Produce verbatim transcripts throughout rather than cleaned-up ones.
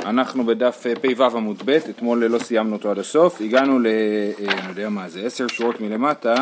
אנחנו בדף פ"ו עמוד ב', אתמול לא סיימנו אותו עד הסוף, הגענו ל... אני יודע מה זה, עשר שורות מלמטה,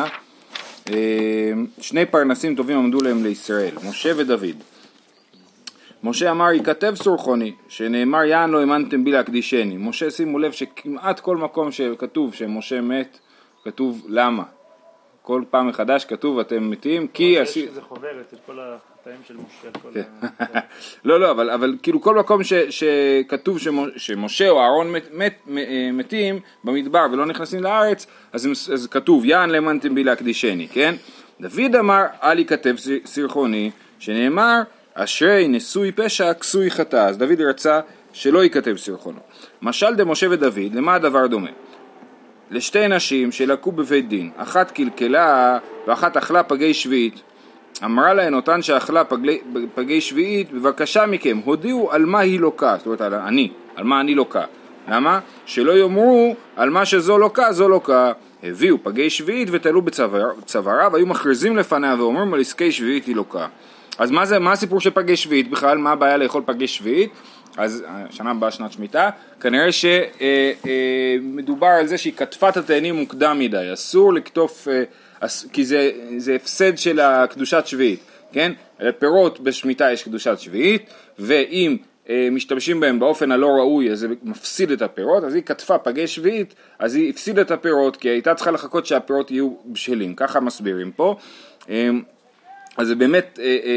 שני פרנסים טובים עמדו להם לישראל, משה ודוד. משה אמר, יכתב סורחוני, שנאמר יען לא האמנתם בי להקדישני. משה, שימו לב שכמעט כל מקום שכתוב שמשה מת, כתוב למה. כל פעם מחדש כתוב אתם מתים, כי... יש שזה חוברת את כל החטאים של משה. לא, לא, אבל, אבל כאילו כל מקום ש, שכתוב שמשה או אהרון מת, מת, מתים במדבר ולא נכנסים לארץ, אז, אז כתוב יען לא האמנתם בי להקדישני, כן? דוד אמר, אל יכתב סרחוני, שנאמר, אשרי נשוי פשע כסוי חטא. אז דוד רצה שלא יכתב סרחונו. משל דמשה ודוד, למה הדבר דומה? לשתי נשים שלקו בבית דין, אחת קלקלה ואחת אכלה פגי שביעית. אמרה להן אותן שאכלה פגי, פגי שביעית, בבקשה מכם, הודיעו על מה היא לוקה, זאת אומרת על אני, על מה אני לוקה. למה? שלא יאמרו על מה שזו לוקה, זו לוקה. הביאו פגי שביעית ותלו בצווארה, והיו מכריזים לפניה ואומרים על עסקי שביעית היא לוקה. אז מה זה, מה הסיפור של פגי שביעית בכלל? מה הבעיה לאכול פגי שביעית? אז שנה הבאה שנת שמיטה, כנראה שמדובר על זה שהיא כתפה את התאנים מוקדם מדי, אסור לקטוף, כי זה, זה הפסד של הקדושת שביעית, כן? פירות בשמיטה יש קדושת שביעית, ואם משתמשים בהם באופן הלא ראוי, אז זה מפסיד את הפירות, אז היא כתפה פגי שביעית, אז היא הפסידה את הפירות, כי הייתה צריכה לחכות שהפירות יהיו בשלים, ככה מסבירים פה. אז זה באמת...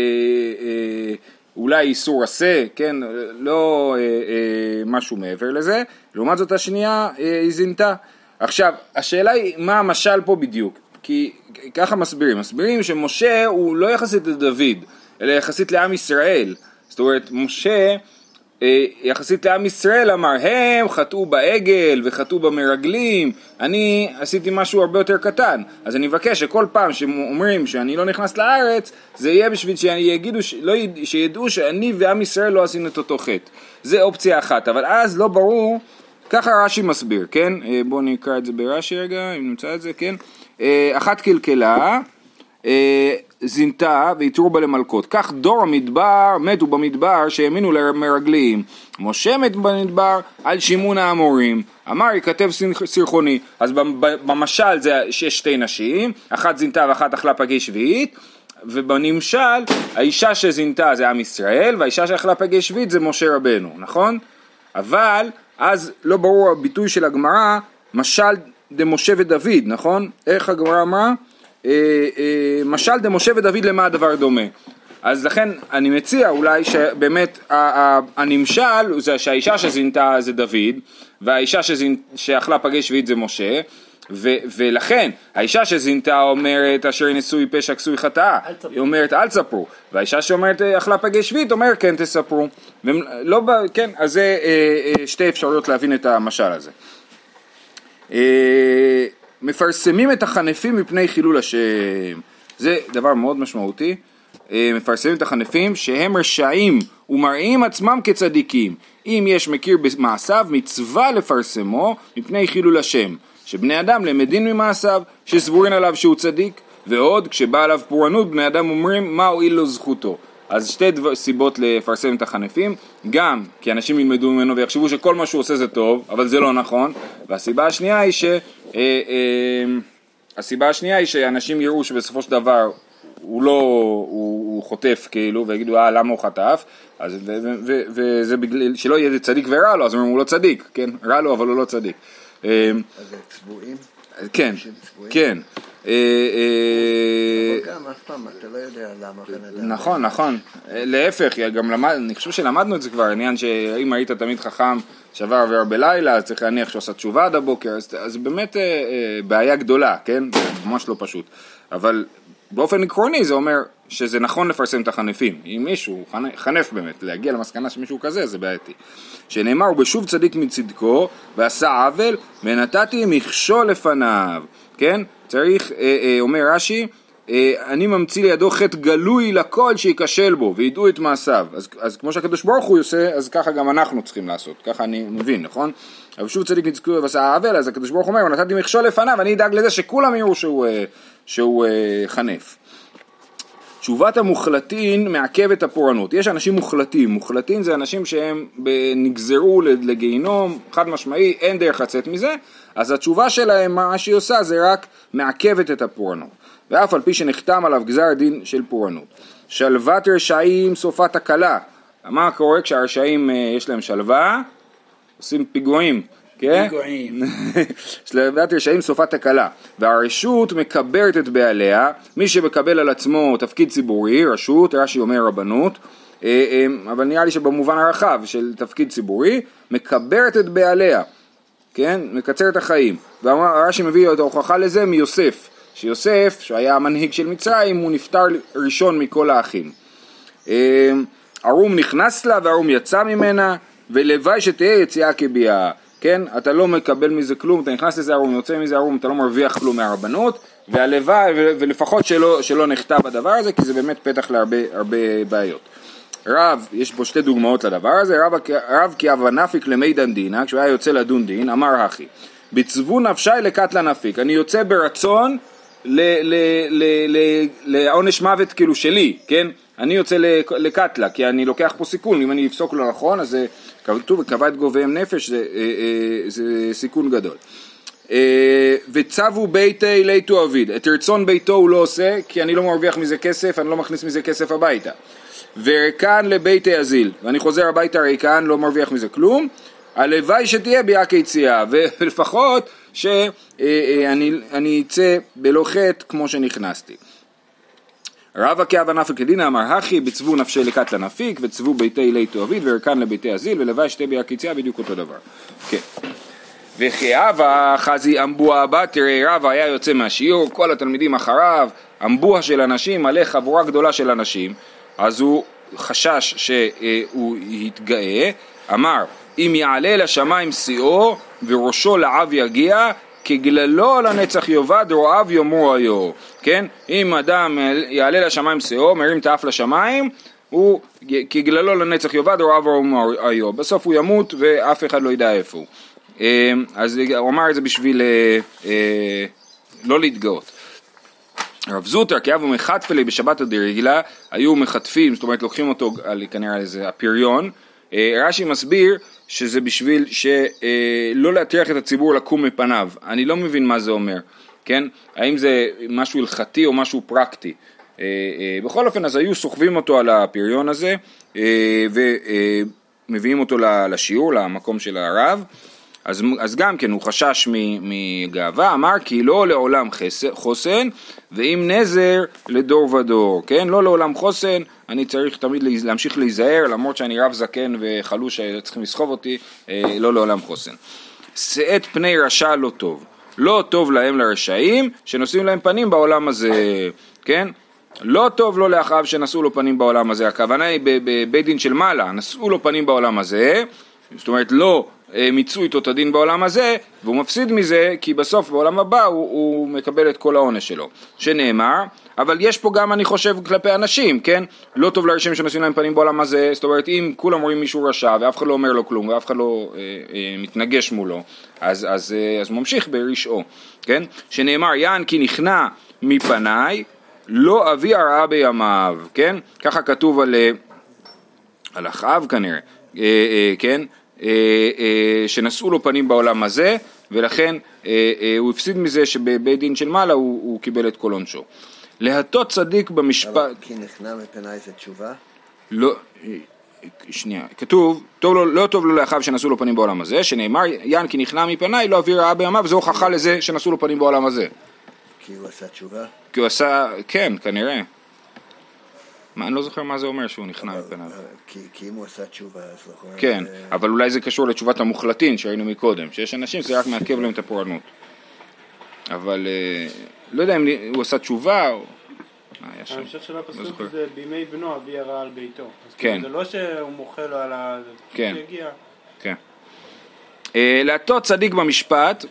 אולי איסור עשה, כן, לא אה, אה, משהו מעבר לזה. לעומת זאת השנייה אה, היא זינתה. עכשיו, השאלה היא מה המשל פה בדיוק, כי ככה מסבירים, מסבירים שמשה הוא לא יחסית לדוד, אלא יחסית לעם ישראל. זאת אומרת, משה אה, יחסית לעם ישראל אמר, הם חטאו בעגל וחטאו במרגלים, אני עשיתי משהו הרבה יותר קטן, אז אני מבקש שכל פעם שאומרים שאני לא נכנס לארץ, זה יהיה בשביל שיגידו, לא, שידעו שאני ועם ישראל לא עשינו את אותו חטא. זה אופציה אחת, אבל אז לא ברור, ככה רש"י מסביר, כן? בואו נקרא את זה ברש"י רגע, אם נמצא את זה, כן? אחת קלקלה, זינתה ויתרו בה למלכות. כך דור המדבר מתו במדבר שהאמינו למרגלים. משה מת במדבר על שימון האמורים. אמר יכתב סרחוני. אז במשל זה שיש שתי נשים, אחת זינתה ואחת אכלה פגי שביעית, ובנמשל האישה שזינתה זה עם ישראל, והאישה שאכלה פגי שביעית זה משה רבנו, נכון? אבל אז לא ברור הביטוי של הגמרא, משל דמשה ודוד, נכון? איך הגמרא אמרה? משל דמשה ודוד למה הדבר דומה. אז לכן אני מציע אולי שבאמת הנמשל זה שהאישה שזינתה זה דוד, והאישה שאכלה פגי שביעית זה משה, ו- ולכן האישה שזינתה אומרת אשר נשוי פשע כסוי חטאה, היא אומרת אל תספרו, והאישה שאומרת אכלה פגי שביעית אומרת כן תספרו. לא, כן, אז זה שתי אפשרויות להבין את המשל הזה. מפרסמים את החנפים מפני חילול השם, זה דבר מאוד משמעותי. מפרסמים את החנפים שהם רשעים ומראים עצמם כצדיקים. אם יש מכיר במעשיו מצווה לפרסמו מפני חילול השם, שבני אדם למדין ממעשיו שסבורין עליו שהוא צדיק, ועוד כשבא עליו פורענות בני אדם אומרים מה הועיל לו זכותו. אז שתי דבר, סיבות לפרסם את החנפים, גם כי אנשים ילמדו ממנו ויחשבו שכל מה שהוא עושה זה טוב, אבל זה לא נכון. והסיבה השנייה היא ש... אה, אה, הסיבה השנייה היא שאנשים יראו שבסופו של דבר הוא לא, הוא, הוא חוטף כאילו, ויגידו אה למה הוא חטף, אז ו, ו, ו, וזה בגלל שלא יהיה צדיק ורע לו, אז אומרים הוא לא צדיק, כן, רע לו אבל הוא לא צדיק. אז זה צבועים? כן, כן. אבל גם אף פעם אתה לא יודע למה בן אדם. נכון, נכון. להפך, גם למד, אני חושב שלמדנו את זה כבר, עניין שאם היית תמיד חכם שבר עבר בלילה, אז צריך להניח שהוא עושה תשובה עד הבוקר, אז באמת בעיה גדולה, כן? ממש לא פשוט. אבל באופן עקרוני זה אומר שזה נכון לפרסם את החנפים. אם מישהו חנף באמת, להגיע למסקנה שמישהו כזה, זה בעייתי. שנאמר, הוא בשוב צדיק מצדקו, ועשה עוול, ונתתי מכשול לפניו. כן? צריך, אה, אה, אומר רש"י, אה, אני ממציא לידו חטא גלוי לכל שיקשל בו, וידעו את מעשיו. אז, אז כמו שהקדוש ברוך הוא עושה, אז ככה גם אנחנו צריכים לעשות. ככה אני מבין, נכון? אבל שוב צדיק מצדקו ועשה עוול, אז הקדוש ברוך הוא אומר, נתתי מכשול לפניו, אני אדאג לזה שכולם יראו שהוא, אה, שהוא אה, חנף. תשובת המוחלטין מעכבת הפורענות. יש אנשים מוחלטים, מוחלטין זה אנשים שהם נגזרו לגיהינום, חד משמעי, אין דרך לצאת מזה, אז התשובה שלהם, מה שהיא עושה, זה רק מעכבת את הפורענות. ואף על פי שנחתם עליו גזר דין של פורענות. שלוות רשעים סופה תקלה. מה קורה כשהרשעים יש להם שלווה? עושים פיגועים. כן? פיגועים. שלוות רשעים סופה תקלה. והרשות מקברת את בעליה, מי שמקבל על עצמו תפקיד ציבורי, רשות, רש"י אומר רבנות, אבל נראה לי שבמובן הרחב של תפקיד ציבורי, מקברת את בעליה, כן? מקצר את החיים. ורש"י מביא את ההוכחה לזה מיוסף, שיוסף, שהיה המנהיג של מצרים, הוא נפטר ראשון מכל האחים. ערום נכנס לה וערום יצא ממנה, ולוואי שתהיה יציאה כביאה. כן? אתה לא מקבל מזה כלום, אתה נכנס לזה ערום, יוצא מזה ערום, אתה לא מרוויח כלום מהרבנות, והלוואי, ולפחות שלא, שלא נחטא בדבר הזה, כי זה באמת פתח להרבה הרבה בעיות. רב, יש פה שתי דוגמאות לדבר הזה, רב, רב כי אבא נפיק למי דן דינה, כשהוא היה יוצא לדון דין, אמר הכי, בצבו נפשי לקטלה נפיק, אני יוצא ברצון לעונש מוות כאילו שלי, כן? אני יוצא לקטלה, כי אני לוקח פה סיכון, אם אני אפסוק לא נכון, אז זה כתוב, וקבע את גוביהם נפש, זה, זה סיכון גדול. וצבו ביתי ליתו אביד, את רצון ביתו הוא לא עושה, כי אני לא מרוויח מזה כסף, אני לא מכניס מזה כסף הביתה. ורקן לביתי אזיל, ואני חוזר הביתה רקן, לא מרוויח מזה כלום, הלוואי שתהיה ביאה כיציאה, ולפחות שאני אצא בלא חטא כמו שנכנסתי. רבא כאב הנפיק לדינה אמר הכי בצבו נפשי לקטלה נפיק וצבו ביתי ליתו אביד ורקן לביתי אזיל ולוואי שתהיה ביאה כיציאה, בדיוק אותו דבר. כן. וכאבה חזי אמבוה הבא, תראה רבא היה יוצא מהשיעור, כל התלמידים אחריו, אמבוה של אנשים, מלא חבורה גדולה של אנשים, אז הוא חשש שהוא יתגאה, אמר אם יעלה לשמיים שיאו וראשו לעב יגיע, כגללו לנצח יאבד רועב יאמרו היו, כן? אם אדם יעלה לשמיים שיאו, מרים את האף לשמיים, הוא כגללו לנצח יאבד רועב יאמרו היו, בסוף הוא ימות ואף אחד לא ידע איפה הוא. אז הוא אמר את זה בשביל לא להתגאות. רב זוטר, כי אבו מחטפלי בשבת הדרגלה, היו מחטפים, זאת אומרת לוקחים אותו על כנראה איזה הפריון, רש"י מסביר שזה בשביל שלא להטריח את הציבור לקום מפניו. אני לא מבין מה זה אומר, כן? האם זה משהו הלכתי או משהו פרקטי. בכל אופן, אז היו סוחבים אותו על הפריון הזה, ומביאים אותו לשיעור, למקום של הרב. אז, אז גם כן הוא חשש מגאווה, אמר כי לא לעולם חוסן, ואם נזר לדור ודור, כן? לא לעולם חוסן, אני צריך תמיד להמשיך להיזהר, למרות שאני רב זקן וחלוש שצריכים לסחוב אותי, לא לעולם חוסן. שאת פני רשע לא טוב, לא טוב להם לרשעים, שנושאים להם פנים בעולם הזה, כן? לא טוב לו לאחיו שנשאו לו פנים בעולם הזה, הכוונה היא בבית דין של מעלה, נשאו לו פנים בעולם הזה, זאת אומרת לא מיצו איתו את הדין בעולם הזה, והוא מפסיד מזה, כי בסוף בעולם הבא הוא, הוא מקבל את כל העונש שלו. שנאמר, אבל יש פה גם אני חושב כלפי אנשים, כן? לא טוב לרשעים שנושאים להם פנים בעולם הזה, זאת אומרת אם כולם רואים מישהו רשע, ואף אחד לא אומר לו כלום, ואף אחד לא אה, אה, מתנגש מולו, אז, אז, אה, אז הוא ממשיך ברשעו, כן? שנאמר, יען כי נכנע מפניי, לא אבי הרעה בימיו, כן? ככה כתוב על, על אחאב כנראה, אה, אה, כן? שנשאו לו פנים בעולם הזה, ולכן הוא הפסיד מזה שבבית דין של מעלה הוא, הוא קיבל את כל עונשו. להטות צדיק במשפט... אבל כי נכנע מפניי זה תשובה? לא, שנייה, כתוב, טוב לו, לא טוב לו לאחיו שנשאו לו פנים בעולם הזה, שנאמר, יען כי נכנע מפניי, לא אבי רעה בימיו, וזו הוכחה לזה שנשאו לו פנים בעולם הזה. כי הוא עשה תשובה? כי הוא עשה, כן, כנראה. מה, אני לא זוכר מה זה אומר שהוא נכנע מפניו. כי, כי אם הוא עשה תשובה, אז לא... כן, זה... אבל אולי זה קשור לתשובת המוחלטין שראינו מקודם, שיש אנשים שזה רק מעכב להם את הפורענות. אבל לא יודע אם הוא עשה תשובה או... ההמשך של הפסוק זה בימי בנו אבי הרע על ביתו. כן. זה לא שהוא מוחה לו על ה... כן. כן. להטות צדיק במשפט,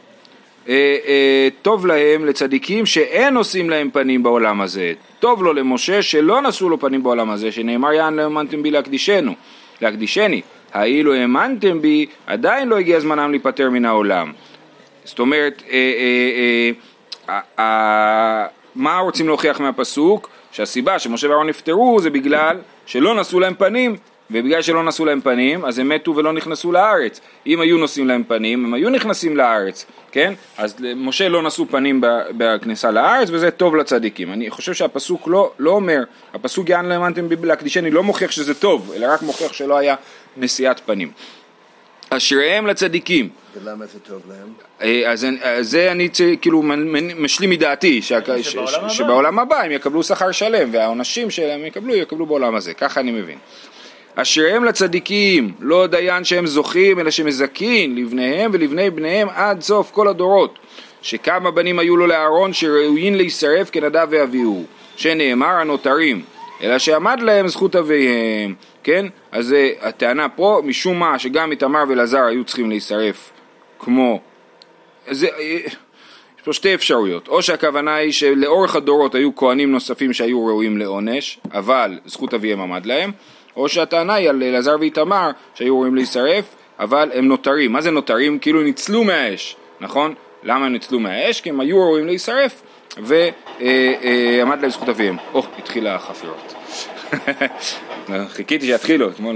טוב להם לצדיקים שאין נושאים להם פנים בעולם הזה. טוב לו למשה שלא נשאו לו פנים בעולם הזה, שנאמר יען לא האמנתם בי להקדישנו, להקדישני. האילו האמנתם בי, עדיין לא הגיע זמנם להיפטר מן העולם. זאת אומרת, אה, אה, אה, אה, אה, מה רוצים להוכיח מהפסוק? שהסיבה שמשה ואהרון נפטרו זה בגלל שלא נשאו להם פנים, ובגלל שלא נשאו להם פנים, אז הם מתו ולא נכנסו לארץ. אם היו נושאים להם פנים, הם היו נכנסים לארץ, כן? אז משה לא נשאו פנים בכניסה לארץ, וזה טוב לצדיקים. אני חושב שהפסוק לא, לא אומר, הפסוק יען לא האמנתם בי להקדישני לא מוכיח שזה טוב, אלא רק מוכיח שלא היה נשיאת פנים. אשריהם לצדיקים. ולמה זה טוב להם? אז זה אני כאילו משלים מדעתי, שבעולם הבא הם יקבלו שכר שלם, והעונשים שלהם יקבלו, יקבלו בעולם הזה, ככה אני מבין. אשריהם לצדיקים, לא דיין שהם זוכים, אלא שמזכין לבניהם ולבני בניהם עד סוף כל הדורות, שכמה בנים היו לו לאהרון שראויים להישרף כנדב ואביהו, שנאמר הנותרים, אלא שעמד להם זכות אביהם, כן? אז הטענה פה, משום מה שגם איתמר ואלעזר היו צריכים להישרף כמו, זה, יש פה שתי אפשרויות, או שהכוונה היא שלאורך הדורות היו כהנים נוספים שהיו ראויים לעונש, אבל זכות אביהם עמד להם, או שהטענה היא על אלעזר ואיתמר שהיו ראויים להישרף, אבל הם נותרים. מה זה נותרים? כאילו ניצלו מהאש, נכון? למה הם ניצלו מהאש? כי הם היו ראויים להישרף, ועמד להם זכות אביהם. או, התחילה החפירות. חיכיתי שיתחילו, אתמול...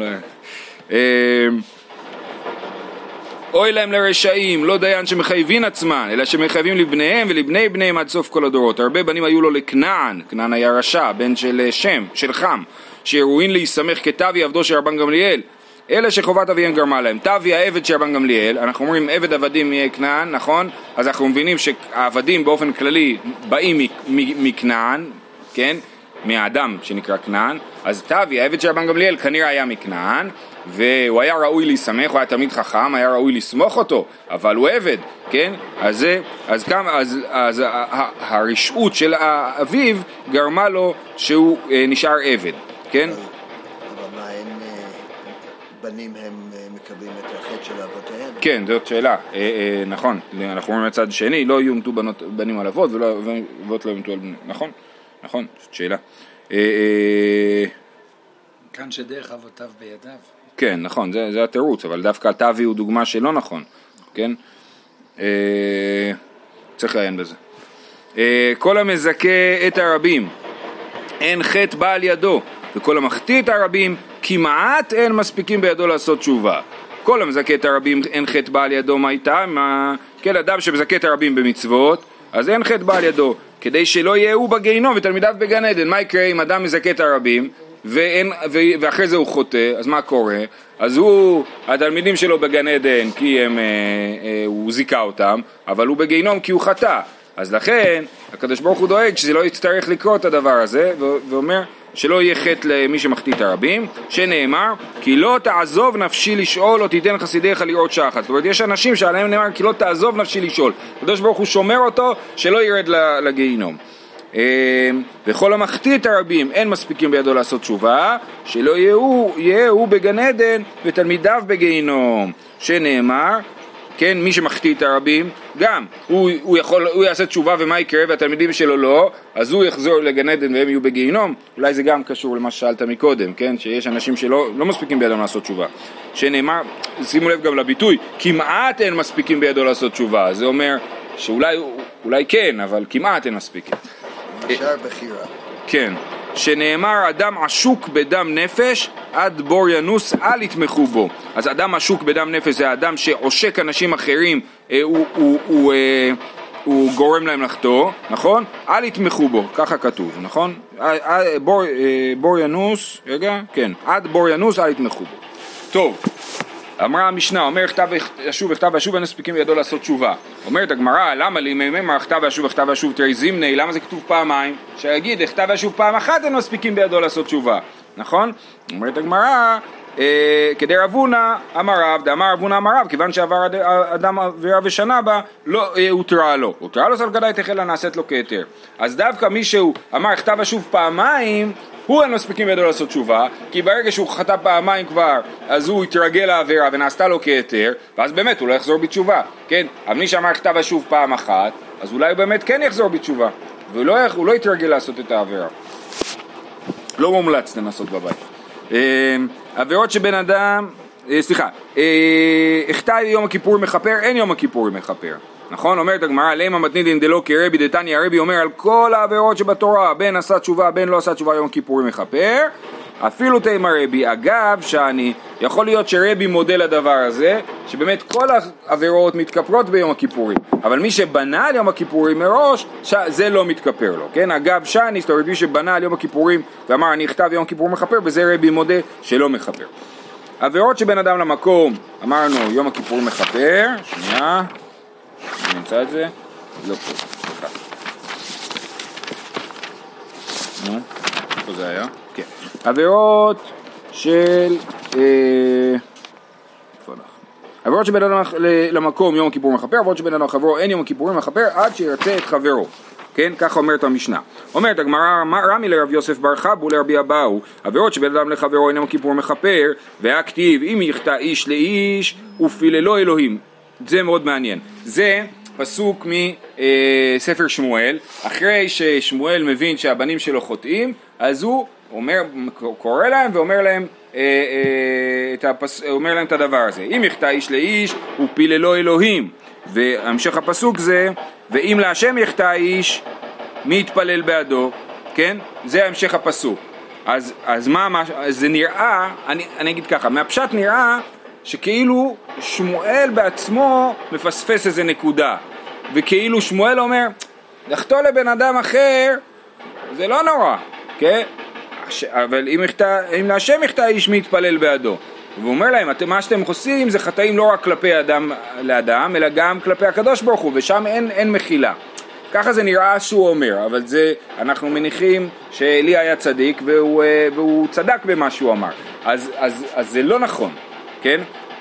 אוי להם לרשעים, לא דיין שמחייבים עצמן, אלא שמחייבים לבניהם ולבני בניהם עד סוף כל הדורות. הרבה בנים היו לו לכנען, כנען היה רשע, בן של שם, של חם, שראויים להיסמך כתבי עבדו של רבן גמליאל, אלה שחובת אביהם גרמה להם. תבי העבד של רבן גמליאל, אנחנו אומרים עבד עבדים יהיה כנען, נכון? אז אנחנו מבינים שהעבדים באופן כללי באים מכנען, כן? מהאדם שנקרא כנען, אז תבי העבד של רבן גמליאל כנראה היה מכנען, והוא היה ראוי להיסמך, הוא היה תמיד חכם, היה ראוי לסמוך אותו, אבל הוא עבד, כן? אז, זה, אז, כמה, אז, אז הרשעות של אביו גרמה לו שהוא נשאר עבד, כן? אבל, אבל מה, אין בנים הם מקבלים את החטא של אבותיהם? כן, זאת שאלה, אה, אה, נכון, אנחנו אומרים מצד שני, לא יומתו בנות, בנים על אבות, ואבות לא יומתו על בנים, נכון? נכון, זאת שאלה. אה, אה, כאן שדרך אבותיו בידיו. כן, נכון, זה, זה התירוץ, אבל דווקא תבי הוא דוגמה שלא נכון, כן? אה, צריך לעיין בזה. אה, כל המזכה את הרבים, אין חטא בא על ידו, וכל המחטיא את הרבים, כמעט אין מספיקים בידו לעשות תשובה. כל המזכה את הרבים, אין חטא בא על ידו, מה איתה? מה... כן, אדם שמזכה את הרבים במצוות, אז אין חטא בא על ידו, כדי שלא יהיה הוא בגיהינום ותלמידיו בגן עדן. מה יקרה אם אדם מזכה את הרבים, ואין, ואחרי זה הוא חוטא, אז מה קורה? אז הוא, התלמידים שלו בגן עדן כי הם, אה, אה, הוא זיקה אותם, אבל הוא בגיהינום כי הוא חטא. אז לכן הקדוש ברוך הוא דואג שזה לא יצטרך לקרוא את הדבר הזה, ואומר שלא יהיה חטא למי שמחטיא את הרבים, שנאמר כי לא תעזוב נפשי לשאול או תיתן חסידיך לראות שחת. זאת אומרת יש אנשים שעליהם נאמר כי לא תעזוב נפשי לשאול, הקדוש ברוך הוא שומר אותו שלא ירד לגיהינום. וכל המחטיא את הרבים אין מספיקים בידו לעשות תשובה, שלא יהיה הוא בגן עדן ותלמידיו בגיהינום, שנאמר כן, מי שמחטיא את הרבים גם הוא, הוא, יכול, הוא יעשה תשובה ומה יקרה והתלמידים שלו לא, אז הוא יחזור לגן עדן והם יהיו בגיהינום. אולי זה גם קשור למה ששאלת מקודם, כן? שיש אנשים שלא לא מספיקים בידו לעשות תשובה, שנאמר, שימו לב גם לביטוי כמעט אין מספיקים בידו לעשות תשובה, זה אומר שאולי אולי כן, אבל כמעט אין מספיקים. נשאר בחירה. כן, שנאמר אדם עשוק בדם נפש עד בור ינוס אל יתמכו בו. אז אדם עשוק בדם נפש זה האדם שעושק אנשים אחרים, אה, הוא, הוא, הוא, אה, הוא גורם להם לחטוא, נכון? אל יתמכו בו, ככה כתוב, נכון? אה, אה, בור, אה, בור ינוס, רגע, כן, עד בור ינוס אל יתמכו בו. טוב, אמרה המשנה, אומר כתב וישוב וכתב וישוב אין מספיקים בידו לעשות תשובה. אומרת הגמרא, למה לי מימר כתב וישוב וכתב וישוב תראי זימני, למה זה כתוב פעמיים? שיגיד, כתב וישוב פעם אחת אין מספיקים בידו לעשות תשובה, נכון? אומרת הגמרא, אה, כדי רבונה אמר רב, דאמר רבונה אמר רב, כיוון שעבר אדם עבירה ושנה בה, לא אה, הותרה לו. הותרה לו סלגדאי תחלה נעשית לו כתר. אז דווקא מישהו אמר כתב וישוב פעמיים, הוא אין מספיקים בידו לעשות תשובה, כי ברגע שהוא חטא פעמיים כבר, אז הוא התרגל לעבירה ונעשתה לו כתר, ואז באמת הוא לא יחזור בתשובה, כן? אבל מי שאמר כתב ושוב פעם אחת, אז אולי הוא באמת כן יחזור בתשובה, והוא לא, הוא לא יתרגל לעשות את העבירה. לא מומלץ לנסות בבית. עבירות שבן אדם, סליחה, החטא יום הכיפורים מכפר, אין יום הכיפורים מכפר. נכון? אומרת הגמרא, למה מתניתין דלא כרבי דתניא, הרבי אומר על כל העבירות שבתורה, בין עשה תשובה, בין לא עשה תשובה יום כיפורים מכפר, אפילו תימא רבי, אגב שאני, יכול להיות שרבי מודה לדבר הזה, שבאמת כל העבירות מתכפרות ביום הכיפורים, אבל מי שבנה על יום הכיפורים מראש, זה לא מתכפר לו, כן? אגב שאני, זאת אומרת, מי שבנה על יום הכיפורים ואמר אני אכתב יום כיפור מכפר, בזה רבי מודה שלא מכפר. עבירות שבין אדם למקום, אמרנו יום הכיפור מכפר, שנייה, אני נמצא את זה, לא פה, סליחה. נו, איפה זה היה? כן. עבירות של, אה, איפה אנחנו? עבירות שבין אדם למקום יום הכיפור מכפר, עבירות שבין אדם לחברו אין יום הכיפורים מכפר עד שירצה את חברו. כן, ככה אומרת המשנה. אומרת הגמרא, רמי לרב יוסף בר חבו לרבי אבאו, עבירות שבין אדם לחברו אין יום הכיפור מכפר, והכתיב אם יחטא איש לאיש ופיללו אלוהים. זה מאוד מעניין. זה פסוק מספר שמואל, אחרי ששמואל מבין שהבנים שלו חוטאים, אז הוא אומר, קורא להם ואומר להם, אה, אה, את הפס... אומר להם את הדבר הזה. אם יחטא איש לאיש ופיללו אלוהים, והמשך הפסוק זה, ואם להשם יחטא איש, מי יתפלל בעדו, כן? זה המשך הפסוק. אז, אז מה, מה, זה נראה, אני, אני אגיד ככה, מהפשט נראה שכאילו שמואל בעצמו מפספס איזה נקודה, וכאילו שמואל אומר, לחטוא לבן אדם אחר, זה לא נורא, כן? אבל אם, יחטא, אם להשם יחטא איש מי יתפלל בעדו, והוא אומר להם, אתם, מה שאתם עושים זה חטאים לא רק כלפי אדם לאדם, אלא גם כלפי הקדוש ברוך הוא, ושם אין, אין מחילה. ככה זה נראה שהוא אומר, אבל זה, אנחנו מניחים שאלי היה צדיק, והוא, והוא צדק במה שהוא אמר. אז, אז, אז זה לא נכון, כן?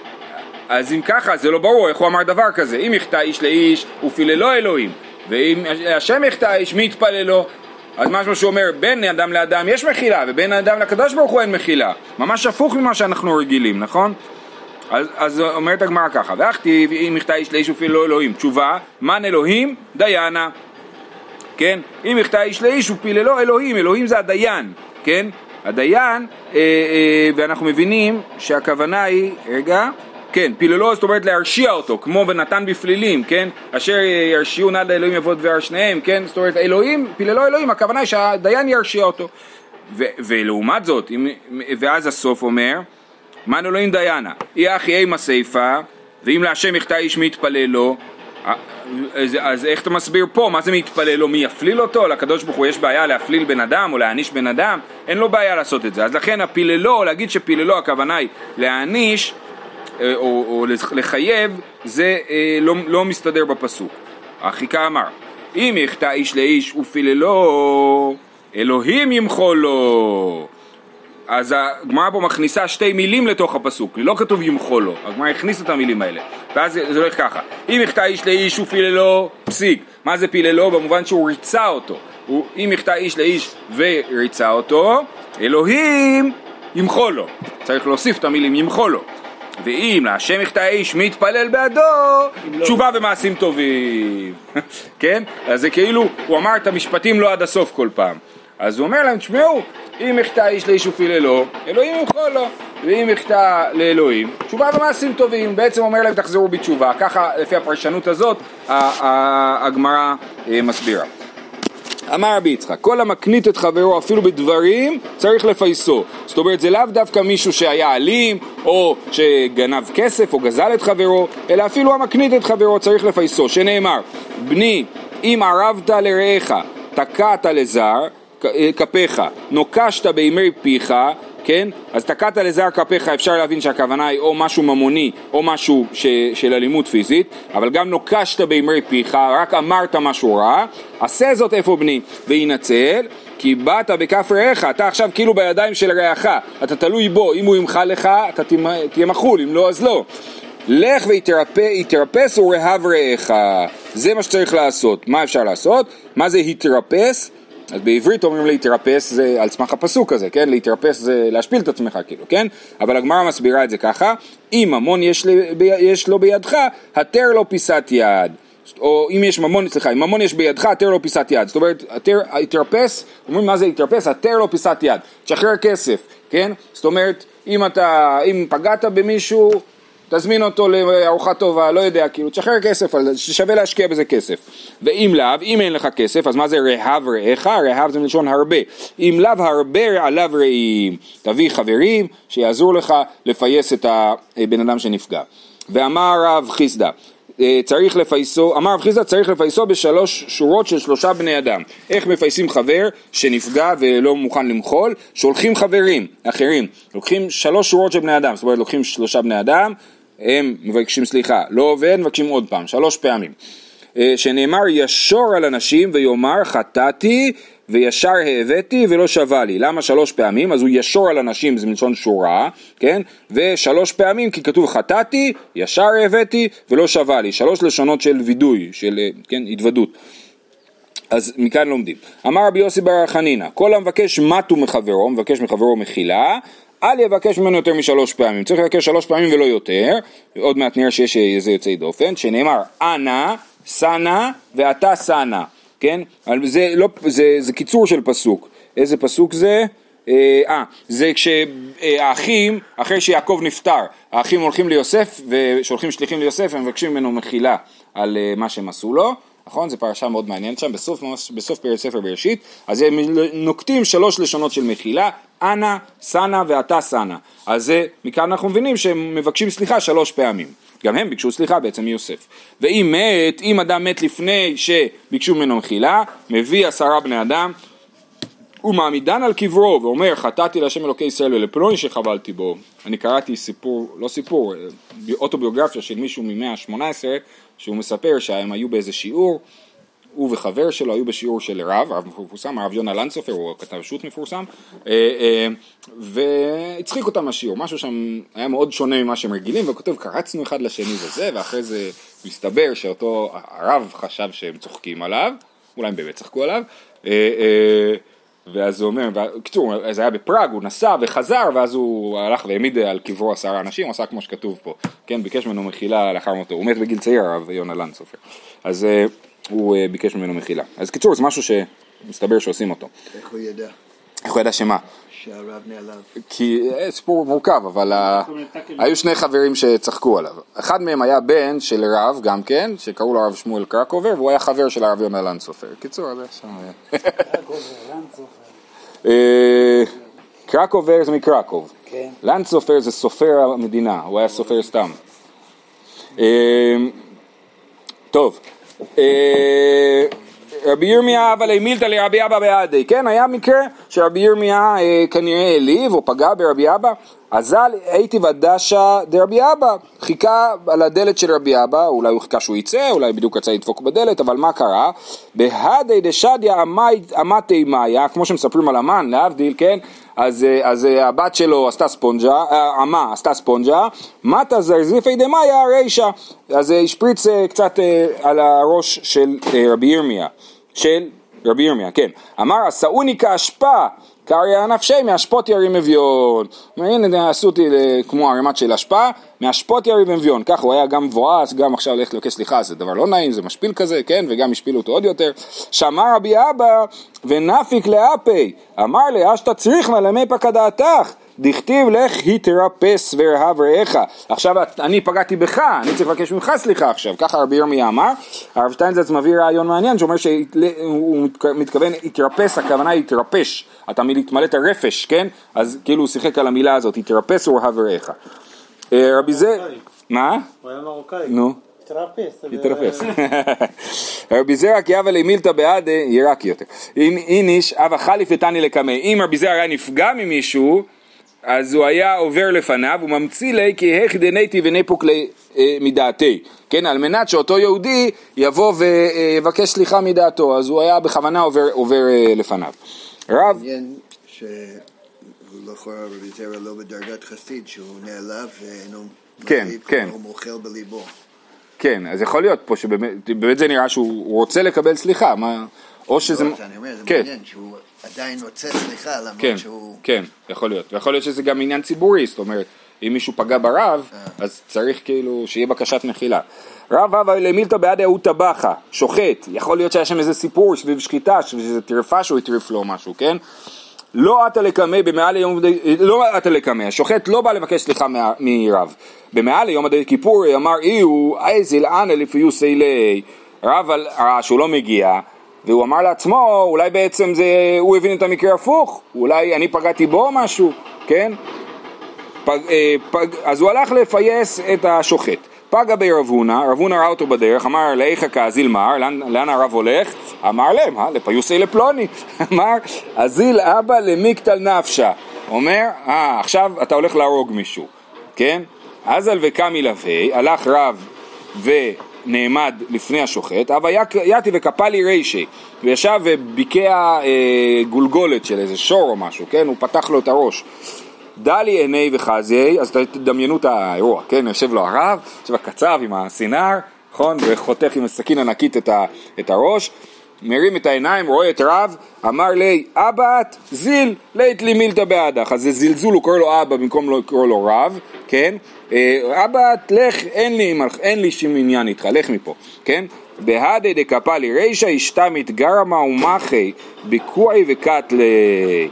אז אם ככה, זה לא ברור איך הוא אמר דבר כזה. אם יחטא איש לאיש, ופיללו אלוהים, ואם השם יחטא איש, מי יתפללו? אז משהו שאומר, בין אדם לאדם יש מחילה, ובין אדם לקדוש ברוך הוא אין מחילה. ממש הפוך ממה שאנחנו רגילים, נכון? אז, אז אומרת הגמרא ככה, והכתיב, אם יחטא איש לאיש ופיללו אלוהים, תשובה, מן אלוהים? דיינה. כן? אם יחטא איש לאיש ופיללו אלוהים, אלוהים זה הדיין, כן? הדיין, אה, אה, ואנחנו מבינים שהכוונה היא, רגע, כן, פיללו זאת אומרת להרשיע אותו, כמו ונתן בפלילים, כן? אשר ירשיעו נד האלוהים יבוא דבר שניהם, כן? זאת אומרת, אלוהים, פיללו אלוהים, הכוונה היא שהדיין ירשיע אותו. ו- ולעומת זאת, אם, ואז הסוף אומר, מן אלוהים דיינה, אי אחי אימה סייפה, ואם להשם יחטא איש מי יתפלל לו, אז, אז איך אתה מסביר פה, מה זה מי יתפלל לו, מי יפליל אותו? לקדוש ברוך הוא יש בעיה להפליל בן אדם או להעניש בן אדם? אין לו בעיה לעשות את זה. אז לכן הפיללו, להגיד שפיללו הכוונה היא להעניש, או, או לחייב, זה אה, לא, לא מסתדר בפסוק. החיכה אמר, אם יחטא איש לאיש ופיללו, אלוהים ימחול לו. אז הגמרא פה מכניסה שתי מילים לתוך הפסוק, לא כתוב ימחול לו, הגמרא הכניסה את המילים האלה, ואז זה, זה הולך ככה, אם יחטא איש לאיש ופיללו, פסיק. מה זה פיללו? במובן שהוא ריצה אותו. הוא, אם יחטא איש לאיש וריצה אותו, אלוהים ימחול לו. צריך להוסיף את המילים ימחול לו. ואם להשם יחטא איש מי יתפלל בעדו, תשובה ומעשים טובים. כן? אז זה כאילו, הוא אמר את המשפטים לא עד הסוף כל פעם. אז הוא אומר להם, תשמעו, אם יחטא איש לאיש ופיללו, אלוהים ימחול לו. ואם יחטא לאלוהים, תשובה ומעשים טובים. בעצם אומר להם, תחזרו בתשובה. ככה, לפי הפרשנות הזאת, הגמרא מסבירה. אמר רבי יצחק, כל המקנית את חברו אפילו בדברים צריך לפייסו. זאת אומרת, זה לאו דווקא מישהו שהיה אלים או שגנב כסף או גזל את חברו, אלא אפילו המקנית את חברו צריך לפייסו. שנאמר, בני, אם ערבת לרעך, תקעת לזר כפיך, נוקשת בימי פיך, כן? אז תקעת לזר כפיך, אפשר להבין שהכוונה היא או משהו ממוני או משהו ש, של אלימות פיזית, אבל גם נוקשת בימי פיך, רק אמרת משהו רע, עשה זאת איפה בני, וינצל, כי באת בכף רעך, אתה עכשיו כאילו בידיים של רעך, אתה תלוי בו, אם הוא ימחל לך, אתה תהיה מחול, אם לא אז לא. לך ויתרפס ורהב רעך, זה מה שצריך לעשות. מה אפשר לעשות? מה זה התרפס? אז בעברית אומרים להתרפס זה על סמך הפסוק הזה, כן? להתרפס זה להשפיל את עצמך כאילו, כן? אבל הגמרא מסבירה את זה ככה, אם ממון יש, יש לו בידך, התר לו פיסת יד. או אם יש ממון, סליחה, אם ממון יש בידך, התר לו פיסת יד. זאת אומרת, התר, התרפס, אומרים מה זה התרפס? התר לו פיסת יד. תשחרר כסף, כן? זאת אומרת, אם אתה, אם פגעת במישהו, תזמין אותו לארוחה טובה, לא יודע, כאילו, תשחרר כסף, ששווה להשקיע בזה כסף. ואם לאו, אם אין לך כסף, אז מה זה רהב רעך? רהב זה מלשון הרבה. אם לאו הרבה עליו רעים, תביא חברים שיעזור לך לפייס את הבן אדם שנפגע. ואמר רב חיסדא, צריך לפייסו, אמר רב חיסדא צריך לפייסו בשלוש שורות של שלושה בני אדם. איך מפייסים חבר שנפגע ולא מוכן למחול? שולחים חברים אחרים, לוקחים שלוש שורות של בני אדם, זאת אומרת לוקחים שלושה בני אדם, הם מבקשים סליחה, לא עובד, מבקשים עוד פעם, שלוש פעמים. שנאמר ישור על אנשים ויאמר חטאתי וישר הבאתי ולא שווה לי. למה שלוש פעמים? אז הוא ישור על אנשים, זה מלשון שורה, כן? ושלוש פעמים כי כתוב חטאתי, ישר הבאתי ולא שווה לי. שלוש לשונות של וידוי, של, כן, התוודות. אז מכאן לומדים. אמר רבי יוסי בר חנינא, כל המבקש מתו מחברו, מבקש מחברו מחילה, אל יבקש ממנו יותר משלוש פעמים. צריך לבקש שלוש פעמים ולא יותר. עוד מעט נראה שיש איזה יוצאי דופן, שנאמר אנא, סנה ואתה סנה. כן? זה, לא, זה, זה קיצור של פסוק. איזה פסוק זה? אה, זה כשהאחים, אחרי שיעקב נפטר, האחים הולכים ליוסף ושולחים שליחים ליוסף, הם מבקשים ממנו מחילה על מה שהם עשו לו. נכון? זה פרשה מאוד מעניינת שם, בסוף, בסוף פרק ספר בראשית. אז הם נוקטים שלוש לשונות של מחילה, אנא, סנה ואתה סנה. אז זה, מכאן אנחנו מבינים שהם מבקשים סליחה שלוש פעמים. גם הם ביקשו סליחה בעצם מיוסף. ואם מת, אם אדם מת לפני שביקשו ממנו מחילה, מביא עשרה בני אדם, הוא מעמידן על קברו ואומר, חטאתי להשם אלוקי ישראל ולפלוני שחבלתי בו. אני קראתי סיפור, לא סיפור, אוטוביוגרפיה של מישהו ממאה ה-שמונה עשרה, שהוא מספר שהם היו באיזה שיעור, הוא וחבר שלו היו בשיעור של רב, רב מפורסם, הרב יונה לנצופר, הוא כתב שו"ת מפורסם, והצחיק אותם השיעור, משהו שם היה מאוד שונה ממה שהם רגילים, והוא כותב, קרצנו אחד לשני וזה, ואחרי זה מסתבר שאותו הרב חשב שהם צוחקים עליו, אולי הם באמת צחקו עליו, ואז הוא אומר, בקיצור, זה היה בפראג, הוא נסע וחזר, ואז הוא הלך והעמיד על קברו עשרה אנשים, הוא עשה כמו שכתוב פה, כן, ביקש ממנו מחילה לאחר מותו, הוא מת בגיל צעיר, הרב יונה לנצופר, אז הוא ביקש ממנו מחילה. אז קיצור, זה משהו שמסתבר שעושים אותו. איך הוא ידע? איך הוא ידע שמה? שהרב נעלב. כי סיפור מורכב, אבל היו שני חברים שצחקו עליו. אחד מהם היה בן של רב, גם כן, שקראו לו הרב שמואל קרקובר, והוא היה חבר של הרב יונה לנצופר. קיצור, זה שם היה. קרקובר זה מקרקוב. לנצופר זה סופר המדינה, הוא היה סופר סתם. טוב. רבי ירמיה אבל מילתא לרבי אבא בעדי, כן, היה מקרה שרבי ירמיה כנראה העליב או פגע ברבי אבא, אזל הייתי ודשה דרבי אבא, חיכה על הדלת של רבי אבא, אולי הוא חיכה שהוא יצא, אולי בדיוק רצה לדפוק בדלת, אבל מה קרה? בהדי דשדיה אמתי מאיה, כמו שמספרים על אמן, להבדיל, כן, אז, אז הבת שלו עשתה ספונג'ה, אמה עשתה ספונג'ה, מתה זרזיפי דמאיה רישה, אז השפריץ קצת על הראש של רבי ירמיה, של רבי ירמיה, כן, אמר עשאוני כאשפה, קריה נפשי, מהשפות ירים אביון. הנה, עשו אותי כמו ערימת של השפעה, מהשפות ירים אביון. כך הוא היה גם מבואס, גם עכשיו הולך לבקש סליחה, זה דבר לא נעים, זה משפיל כזה, כן, וגם השפילו אותו עוד יותר. שמע רבי אבא, ונפיק לאפי, אמר לי, אשתה צריך מלמי פקדעתך, דכתיב לך התרפס ורהב רעך. עכשיו אני פגעתי בך, אני צריך לבקש ממך סליחה עכשיו. ככה רבי ירמיה אמר. הרב שטיינזלץ מביא רעיון מעניין שאומר שהוא מתכוון התרפס, הכוונה היא התרפש. אתה מתמלא את הרפש, כן? אז כאילו הוא שיחק על המילה הזאת, התרפס ורהב רעך. רבי זה... מה? הוא היה מרוקאי. נו. התרפס. התרפס. רבי זרע כי אבא למילתא בעד ירק יותר. איניש אבא חליף ותני לקמי. אם רבי זרע היה נפגע ממישהו, אז הוא היה עובר לפניו, הוא ממציא לי כי הכדניתי ונפוק לי מדעתי, כן, על מנת שאותו יהודי יבוא ויבקש סליחה מדעתו, אז הוא היה בכוונה עובר, עובר לפניו. רב... מעניין שהוא לא יכול לזרע לא בדרגת חסיד, שהוא נעלב ואינו כן, כן. הוא מוכל בליבו. כן, אז יכול להיות פה שבאמת באמת זה נראה שהוא רוצה לקבל סליחה, מה... או שזה... לא, אני אומר, זה מעניין שהוא עדיין רוצה סליחה, למרות שהוא... כן, יכול להיות. ויכול להיות שזה גם עניין ציבורי, זאת אומרת, אם מישהו פגע ברב, אז צריך כאילו שיהיה בקשת מחילה. רב אבא למילתא בעד הוא טבחה, שוחט, יכול להיות שהיה שם איזה סיפור סביב שחיטה, שזה טרפה שהוא הטריף לו משהו, כן? לא עתה לקמא במעל יום, לא עתה לקמא, השוחט לא בא לבקש סליחה מרב. במעל יום עדי כיפור אמר איהו, איזיל אנא לפיוסי לי. רב ראה שהוא לא מגיע, והוא אמר לעצמו, אולי בעצם זה, הוא הבין את המקרה הפוך, אולי אני פגעתי בו משהו, כן? פג, פג, אז הוא הלך לפייס את השוחט. פגע ברב הונא, רב הונא ראה אותו בדרך, אמר לאיכה כאזיל מר, לאן, לאן הרב הולך? אמר להם, אה, לפיוסי לפלוני. אמר, אזיל אבא למקטל נפשה. אומר, אה, עכשיו אתה הולך להרוג מישהו, כן? אזל וקמי לוי, הלך רב ונעמד לפני השוחט, אבל יתי וקפה לי רישי, וישב וביקע אה, גולגולת של איזה שור או משהו, כן? הוא פתח לו את הראש. דלי עיני וחזי, אז תדמיינו את האירוע, כן? יושב לו הרב, יושב הקצב עם הסינר, נכון? וחותך עם הסכין ענקית את, ה, את הראש, מרים את העיניים, רואה את רב, אמר לי, אבאת, זיל, לית לי מילתא בעדך. אז זה זלזול, הוא קורא לו אבא במקום לא לקרוא לו רב, כן? אבאת, לך, אין לי, אין לי שום עניין איתך, לך מפה, כן? בהדה דקפה לי רישא, אשתה מתגרמה ומחי, ביקועי וקטלי.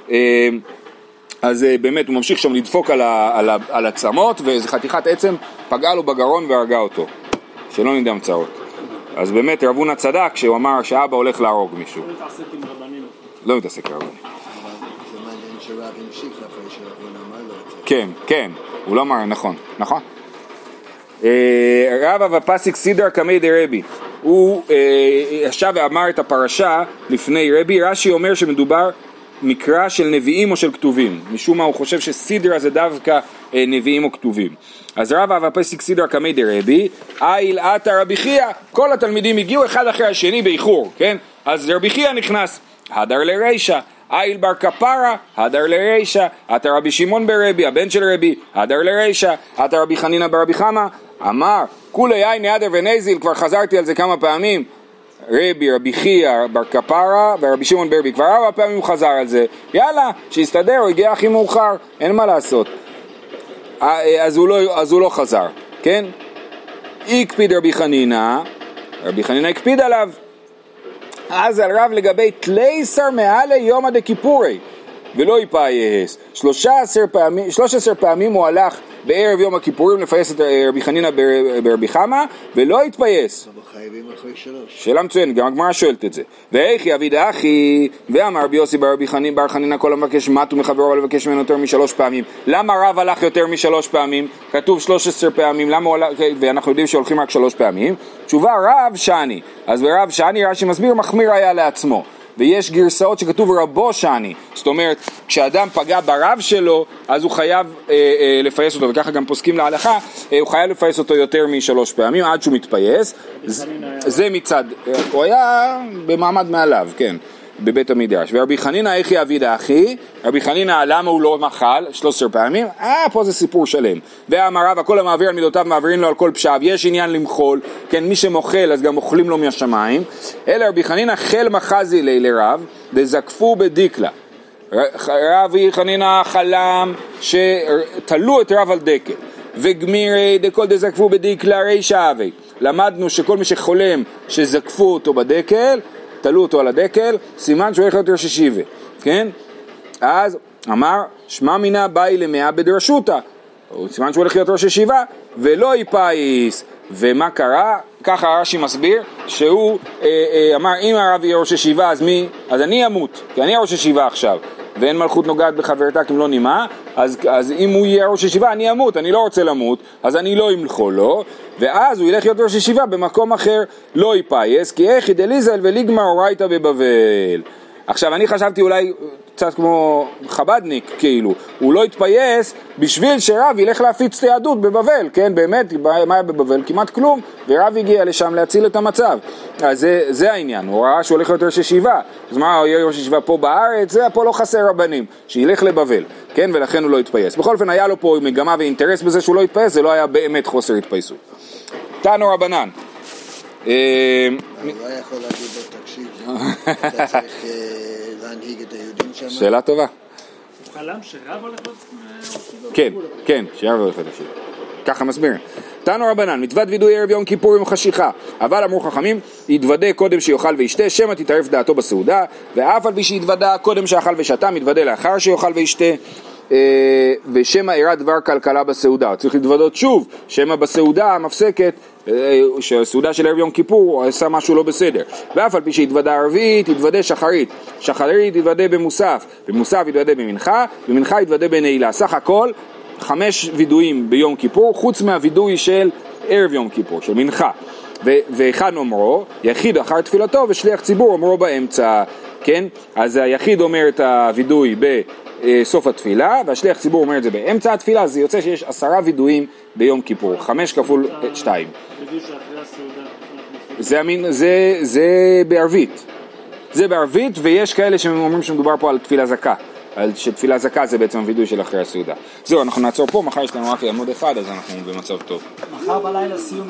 אז באמת הוא ממשיך שם לדפוק על, ה, על, ה, על הצמות, ואיזו חתיכת עצם פגעה לו בגרון והרגה אותו, שלא נדע מצרות. אז באמת רב הונא צדק כשהוא אמר שאבא הולך להרוג מישהו. לא מתעסק עם רבנים. לא מתעסק עם רבנים. זה מעניין שרב המשיך אחרי שרב הונא אמר לו את זה. כן, כן, הוא לא אמר, נכון, נכון. רבא ופסיק סידר קמי דרבי, הוא ישב ואמר את הפרשה לפני רבי. רש"י אומר שמדובר מקרא של נביאים או של כתובים, משום מה הוא חושב שסידרה זה דווקא נביאים או כתובים. אז רבא ופסיק סידרה קמי דרבי, איל עתה רבי חייא, כל התלמידים הגיעו אחד אחרי השני באיחור, כן? אז רבי חייא נכנס, הדר לרישא, איל בר כפרה, הדר לרישא, עתה רבי שמעון ברבי, הבן של רבי, הדר לרישא, עתה רבי חנינא ברבי חמא, אמר, כולי יין הדר ונזיל, כבר חזרתי על זה כמה פעמים, רבי, רבי חייא, בר כפרה ורבי שמעון ברבי, כבר ארבע פעמים הוא חזר על זה, יאללה, שיסתדר, הוא הגיע הכי מאוחר, אין מה לעשות. אז הוא לא, אז הוא לא חזר, כן? הקפיד רבי חנינא, רבי חנינא הקפיד עליו, אז על רב לגבי תלייסר מעלי יומא דכיפורי, ולא יפייס. שלושה עשר פעמים, שלוש עשר פעמים הוא הלך בערב יום הכיפורים לפייס את רבי חנינא ברבי חמא, ולא התפייס. אבל חייבים אחרי שלוש. שאלה מצוינת, גם הגמרא שואלת את זה. ואיכי אביד אחי, ואמר רבי יוסי ברבי חנינא בר חנינא כל המבקש מת ומחברו אבל לבקש ממנו יותר משלוש פעמים. למה רב הלך יותר משלוש פעמים? כתוב שלוש עשרה פעמים, למה הוא הלך, ואנחנו יודעים שהולכים רק שלוש פעמים. תשובה רב שני. אז ברב שני רש"י מסביר מחמיר היה לעצמו. ויש גרסאות שכתוב רבו שני, זאת אומרת כשאדם פגע ברב שלו אז הוא חייב אה, אה, לפייס אותו, וככה גם פוסקים להלכה, אה, הוא חייב לפייס אותו יותר משלוש פעמים עד שהוא מתפייס. זה, זה מצד, אה, הוא היה במעמד מעליו, כן, בבית המדרש. ורבי חנינא איכי אביד אחי, רבי חנינא למה הוא לא מחל שלוש עשרה פעמים? אה, פה זה סיפור שלם. ואמר רב, הכל המעביר על מידותיו מעבירים לו על כל פשעיו, יש עניין למחול, כן, מי שמוחל אז גם אוכלים לו מהשמיים. אלא רבי חנינא חל מחזי לי לרב, דזקפו בדיקלה. רבי חנינא חלם שתלו את רב על דקל, וגמירי דכל דזקפו בדיקלה רישא אבי. למדנו שכל מי שחולם שזקפו אותו בדקל, תלו אותו על הדקל, סימן שהוא הולך להיות ראש ישיבה, כן? אז אמר, שמע מינה באי למאה בדרשותה, סימן שהוא הולך להיות ראש ישיבה, ולא יפייס. ומה קרה? ככה רש"י מסביר, שהוא אה, אה, אמר, אם הרב יהיה ראש ישיבה, אז מי? אז אני אמות, כי אני ראש ישיבה עכשיו, ואין מלכות נוגעת בחברתה כי אם לא נימה, אז, אז אם הוא יהיה ראש ישיבה, אני אמות, אני לא רוצה למות, אז אני לא אמלכו לו, ואז הוא ילך להיות ראש ישיבה במקום אחר, לא יפייס, כי איך דליזל וליגמר אורייתא בבבל. עכשיו אני חשבתי אולי קצת כמו חבדניק, כאילו, הוא לא התפייס בשביל שרב ילך להפיץ את היהדות בבבל, כן, באמת, מה היה בבבל? כמעט כלום, ורב הגיע לשם להציל את המצב. אז זה, זה העניין, הוא ראה שהוא הולך להיות ראש ישיבה, אז מה, הוא יהיה ראש ישיבה פה בארץ? זה, פה לא חסר רבנים, שילך לבבל, כן, ולכן הוא לא התפייס. בכל אופן, היה לו פה מגמה ואינטרס בזה שהוא לא התפייס, זה לא היה באמת חוסר התפייסות. תנו רבנן. הוא לא יכול להגיד לו, תקשיב, אתה צריך להנהיג את היהודים שם. שאלה טובה. הוא חלם שרב הולך להיות... כן, כן, שרב הולך להיות ישיבה. ככה מסביר. תנו רבנן, מצוות וידוי ערב יום כיפור עם חשיכה, אבל אמרו חכמים, יתוודה קודם שיאכל וישתה, שמא תתערף דעתו בסעודה, ואף על פי שיתוודה קודם שאכל ושתה, מתוודה לאחר שיאכל וישתה, ושמא אירע דבר כלכלה בסעודה. צריך להתוודות שוב, שמא בסעודה המפסקת, שהסעודה של ערב יום כיפור עשה משהו לא בסדר. ואף על פי שהתוודה ערבית, יתוודה שחרית, שחרית יתוודה במוסף, במוסף יתוודה במנחה, במנחה יתוודה בנעילה. סך הכל חמש וידויים ביום כיפור, חוץ מהוידוי של ערב יום כיפור, של מנחה. ואחד אומרו, יחיד אחר תפילתו ושליח ציבור אומרו באמצע, כן? אז היחיד אומר את הוידוי בסוף התפילה, והשליח ציבור אומר את זה באמצע התפילה, אז זה יוצא שיש עשרה וידויים ביום כיפור, חמש כפול שתיים. זה, המין, זה, זה בערבית, זה בערבית, ויש כאלה שאומרים שמדובר פה על תפילה זכה, על שתפילה זכה זה בעצם הוידוי של אחרי הסעודה. זהו, אנחנו נעצור פה, מחר יש לנו רק עמוד אחד, אז אנחנו במצב טוב. מחר בלילה סיום